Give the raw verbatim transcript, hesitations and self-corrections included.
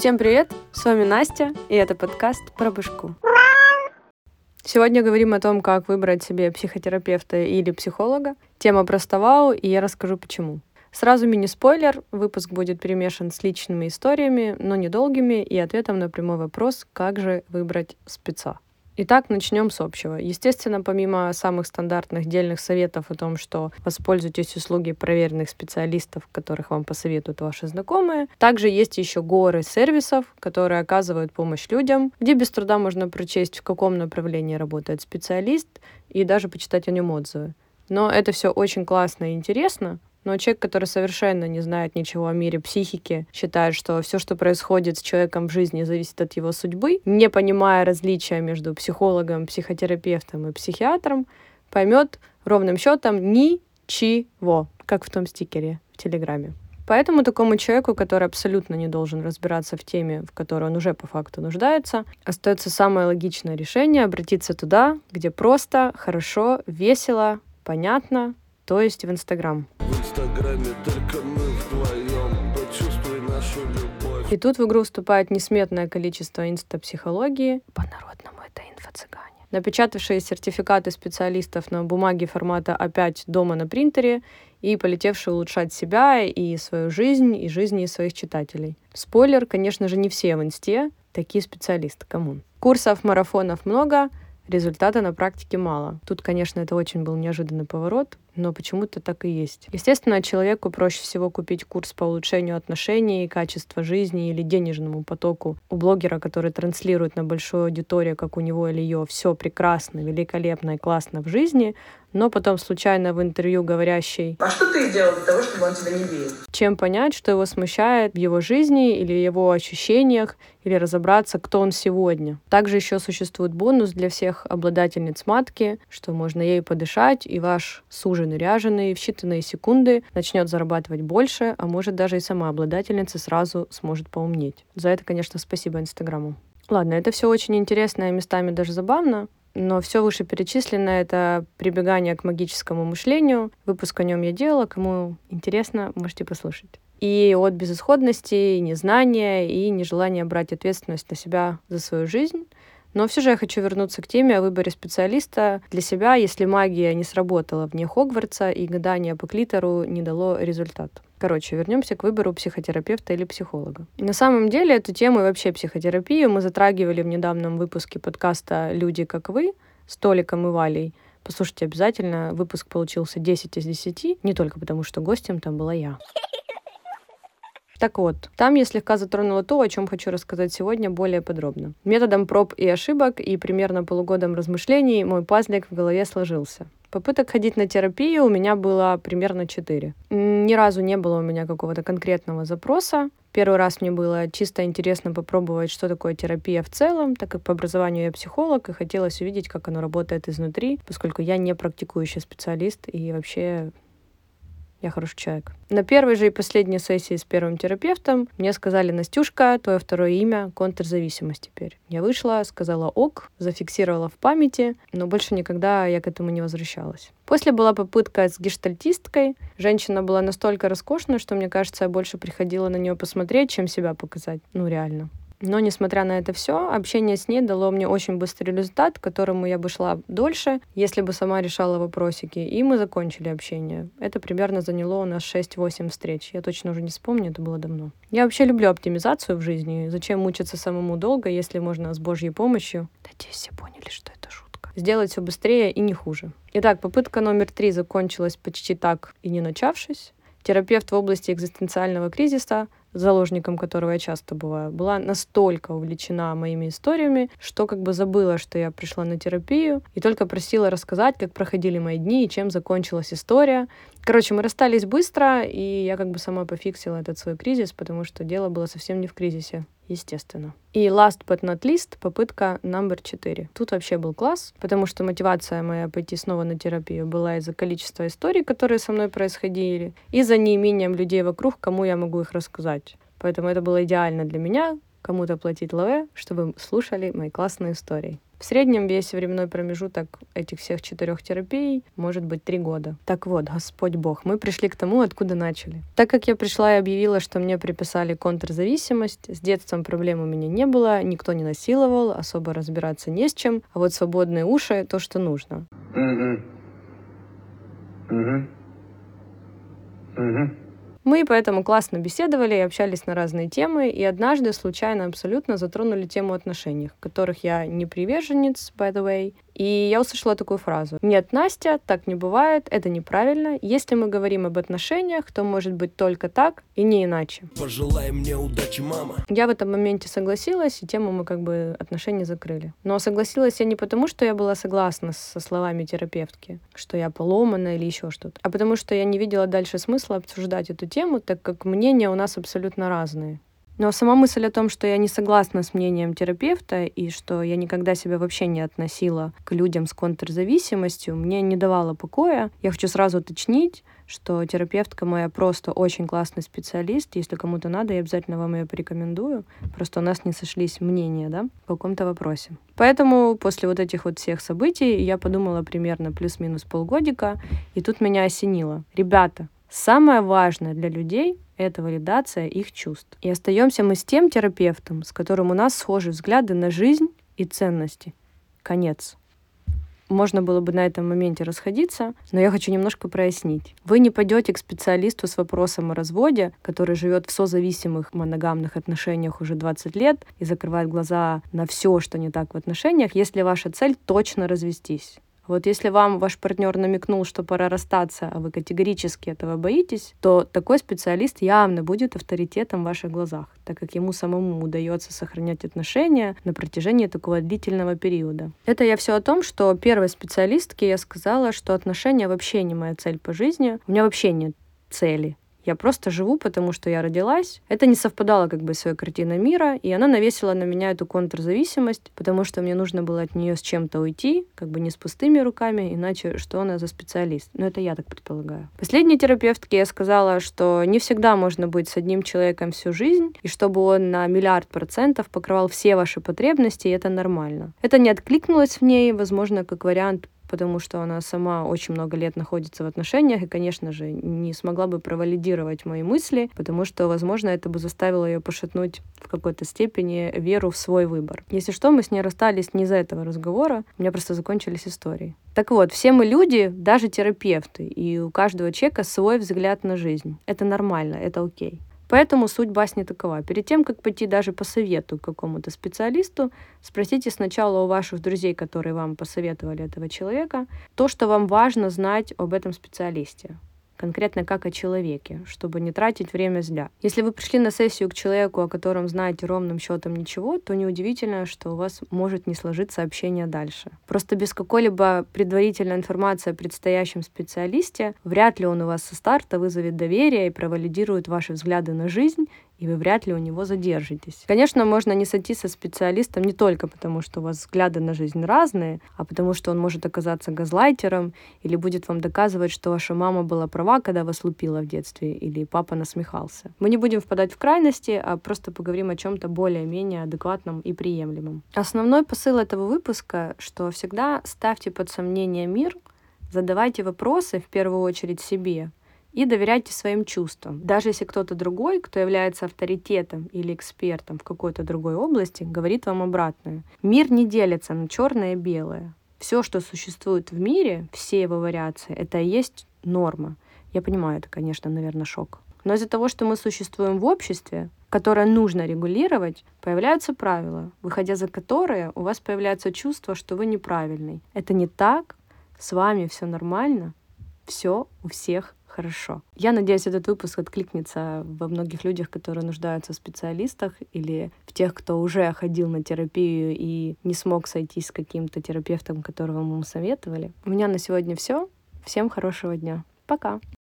Всем привет, с вами Настя, и это подкаст про башку. Сегодня говорим о том, как выбрать себе психотерапевта или психолога. Тема просто вау, и я расскажу почему. Сразу мини-спойлер, выпуск будет перемешан с личными историями, но недолгими, и ответом на прямой вопрос, как же выбрать спеца. Итак, начнем с общего. Естественно, помимо самых стандартных дельных советов о том, что воспользуйтесь услуги проверенных специалистов, которых вам посоветуют ваши знакомые, также есть еще горы сервисов, которые оказывают помощь людям, где без труда можно прочесть, в каком направлении работает специалист, и даже почитать о нем отзывы. Но это все очень классно и интересно. Но человек, который совершенно не знает ничего о мире психики, считает, что все, что происходит с человеком в жизни, зависит от его судьбы, не понимая различия между психологом, психотерапевтом и психиатром, поймет ровным счетом ничего, как в том стикере в Телеграме. Поэтому такому человеку, который абсолютно не должен разбираться в теме, в которой он уже по факту нуждается, остается самое логичное решение — обратиться туда, где просто, хорошо, весело, понятно, то есть в Инстаграм. В Инстаграме только мы вдвоем, почувствуй нашу любовь. И тут в игру вступает несметное количество инстапсихологии. По-народному это инфо-цыгане. Напечатавшие сертификаты специалистов на бумаге формата а пять дома на принтере и полетевшие улучшать себя и свою жизнь, и жизни своих читателей. Спойлер, конечно же, не все в инсте такие специалисты, камон. Курсов, марафонов много, результата на практике мало. Тут, конечно, это очень был неожиданный поворот, но почему-то так и есть. Естественно, человеку проще всего купить курс по улучшению отношений, качества жизни или денежному потоку у блогера, который транслирует на большую аудиторию, как у него или ее, все прекрасно, великолепно и классно в жизни, но потом случайно в интервью говорящий: «А что ты сделал для того, чтобы он тебя не бил?» Чем понять, что его смущает в его жизни или его ощущениях, или разобраться, кто он сегодня. Также еще существует бонус для всех обладательниц матки, что можно ей подышать, и ваш суженый ряженый в считанные секунды начнет зарабатывать больше, а может даже и сама обладательница сразу сможет поумнеть. За это, конечно, спасибо Инстаграму. Ладно, это все очень интересно и местами даже забавно, но все вышеперечисленное — это прибегание к магическому мышлению. Выпуск о нем я делала, кому интересно, можете послушать. И от безысходности, и незнания, и нежелания брать ответственность на себя за свою жизнь. Но все же я хочу вернуться к теме о выборе специалиста для себя, если магия не сработала вне Хогвартса и гадание по клитору не дало результат. Короче, вернемся к выбору психотерапевта или психолога. На самом деле эту тему и вообще психотерапию мы затрагивали в недавнем выпуске подкаста «Люди как вы» с Толиком и Валей. Послушайте обязательно, выпуск получился десять из десяти, не только потому, что гостем там была я. Так вот, там я слегка затронула то, о чем хочу рассказать сегодня более подробно. Методом проб и ошибок и примерно полугодом размышлений мой пазлик в голове сложился. Попыток ходить на терапию у меня было примерно четыре. Ни разу не было у меня какого-то конкретного запроса. Первый раз мне было чисто интересно попробовать, что такое терапия в целом, так как по образованию я психолог, и хотелось увидеть, как оно работает изнутри, поскольку я не практикующий специалист и вообще... Я хороший человек. На первой же и последней сессии с первым терапевтом мне сказали: «Настюшка, твое второе имя — контрзависимость теперь». Я вышла, сказала ок, зафиксировала в памяти, но больше никогда я к этому не возвращалась. После была попытка с гештальтисткой. Женщина была настолько роскошная, что, мне кажется, я больше приходила на нее посмотреть, чем себя показать. Ну, реально. Но, несмотря на это все, общение с ней дало мне очень быстрый результат, к которому я бы шла дольше, если бы сама решала вопросики, и мы закончили общение. Это примерно заняло у нас шесть-восемь встреч. Я точно уже не вспомню, это было давно. Я вообще люблю оптимизацию в жизни. Зачем мучиться самому долго, если можно с Божьей помощью? Надеюсь, все поняли, что это шутка. Сделать все быстрее и не хуже. Итак, попытка номер три закончилась почти так и не начавшись. Терапевт в области экзистенциального кризиса, заложником которого я часто бываю, была настолько увлечена моими историями, что как бы забыла, что я пришла на терапию, и только просила рассказать, как проходили мои дни и чем закончилась история. Короче, мы расстались быстро, и я как бы сама пофиксила этот свой кризис, потому что дело было совсем не в кризисе, естественно. И last but not least, попытка номер четыре. Тут вообще был класс, потому что мотивация моя пойти снова на терапию была из-за количества историй, которые со мной происходили, и за неимением людей вокруг, кому я могу их рассказать. Поэтому это было идеально для меня, кому-то платить лавэ, чтобы слушали мои классные истории. В среднем весь временной промежуток этих всех четырех терапий может быть три года. Так вот, Господь Бог, мы пришли к тому, откуда начали. Так как я пришла и объявила, что мне приписали контрзависимость, с детством проблем у меня не было, никто не насиловал, особо разбираться не с чем, а вот свободные уши — то, что нужно. Mm-hmm. Mm-hmm. Mm-hmm. Мы поэтому классно беседовали и общались на разные темы, и однажды случайно абсолютно затронули тему отношений, которых я не приверженец, by the way, и я услышала такую фразу: «Нет, Настя, так не бывает, это неправильно. Если мы говорим об отношениях, то может быть только так и не иначе». Пожелай мне удачи, мама. Я в этом моменте согласилась, и тему мы как бы отношений закрыли. Но согласилась я не потому, что я была согласна со словами терапевтки, что я поломана или еще что-то, а потому что я не видела дальше смысла обсуждать эту тему, так как мнения у нас абсолютно разные. Но сама мысль о том, что я не согласна с мнением терапевта и что я никогда себя вообще не относила к людям с контрзависимостью, мне не давала покоя. Я хочу сразу уточнить, что терапевтка моя просто очень классный специалист. Если кому-то надо, я обязательно вам ее порекомендую. Просто у нас не сошлись мнения, да, по каком-то вопросе. Поэтому после вот этих вот всех событий я подумала примерно плюс-минус полгодика, и тут меня осенило. Ребята, самое важное для людей — это валидация их чувств. И остаемся мы с тем терапевтом, с которым у нас схожи взгляды на жизнь и ценности. Конец. Можно было бы на этом моменте расходиться, но я хочу немножко прояснить. Вы не пойдете к специалисту с вопросом о разводе, который живет в созависимых моногамных отношениях уже двадцать лет и закрывает глаза на все, что не так в отношениях, если ваша цель точно развестись. Вот если вам ваш партнер намекнул, что пора расстаться, а вы категорически этого боитесь, то такой специалист явно будет авторитетом в ваших глазах, так как ему самому удается сохранять отношения на протяжении такого длительного периода. Это я все о том, что первой специалистке я сказала, что отношения вообще не моя цель по жизни, у меня вообще нет цели. Я просто живу, потому что я родилась. Это не совпадало как бы с ее картиной мира, и она навесила на меня эту контрзависимость, потому что мне нужно было от нее с чем-то уйти, как бы не с пустыми руками, иначе что она за специалист? Ну, это я так предполагаю. Последней терапевтке я сказала, что не всегда можно быть с одним человеком всю жизнь, и чтобы он на миллиард процентов покрывал все ваши потребности, и это нормально. Это не откликнулось в ней, возможно, как вариант, потому что она сама очень много лет находится в отношениях и, конечно же, не смогла бы провалидировать мои мысли, потому что, возможно, это бы заставило ее пошатнуть в какой-то степени веру в свой выбор. Если что, мы с ней расстались не из-за этого разговора, у меня просто закончились истории. Так вот, все мы люди, даже терапевты, и у каждого человека свой взгляд на жизнь. Это нормально, это окей. Поэтому суть басни такова. Перед тем, как пойти даже по совету к какому-то специалисту, спросите сначала у ваших друзей, которые вам посоветовали этого человека, то, что вам важно знать об этом специалисте. Конкретно как о человеке, чтобы не тратить время зря. Если вы пришли на сессию к человеку, о котором знаете ровным счетом ничего, то неудивительно, что у вас может не сложиться общение дальше. Просто без какой-либо предварительной информации о предстоящем специалисте вряд ли он у вас со старта вызовет доверие и провалидирует ваши взгляды на жизнь, и вы вряд ли у него задержитесь. Конечно, можно не сойти со специалистом не только потому, что у вас взгляды на жизнь разные, а потому что он может оказаться газлайтером или будет вам доказывать, что ваша мама была права, когда вас лупила в детстве, или папа насмехался. Мы не будем впадать в крайности, а просто поговорим о чем-то более-менее адекватном и приемлемом. Основной посыл этого выпуска, что всегда ставьте под сомнение мир, задавайте вопросы в первую очередь себе, и доверяйте своим чувствам. Даже если кто-то другой, кто является авторитетом или экспертом в какой-то другой области, говорит вам обратное. Мир не делится на черное и белое. Все, что существует в мире, все его вариации, это и есть норма. Я понимаю, это, конечно, наверное, шок. Но из-за того, что мы существуем в обществе, которое нужно регулировать, появляются правила, выходя за которые у вас появляется чувство, что вы неправильный. Это не так, с вами все нормально, все у всех хорошо. Я надеюсь, этот выпуск откликнется во многих людях, которые нуждаются в специалистах, или в тех, кто уже ходил на терапию и не смог сойтись с каким-то терапевтом, которого мы ему советовали. У меня на сегодня все. Всем хорошего дня. Пока!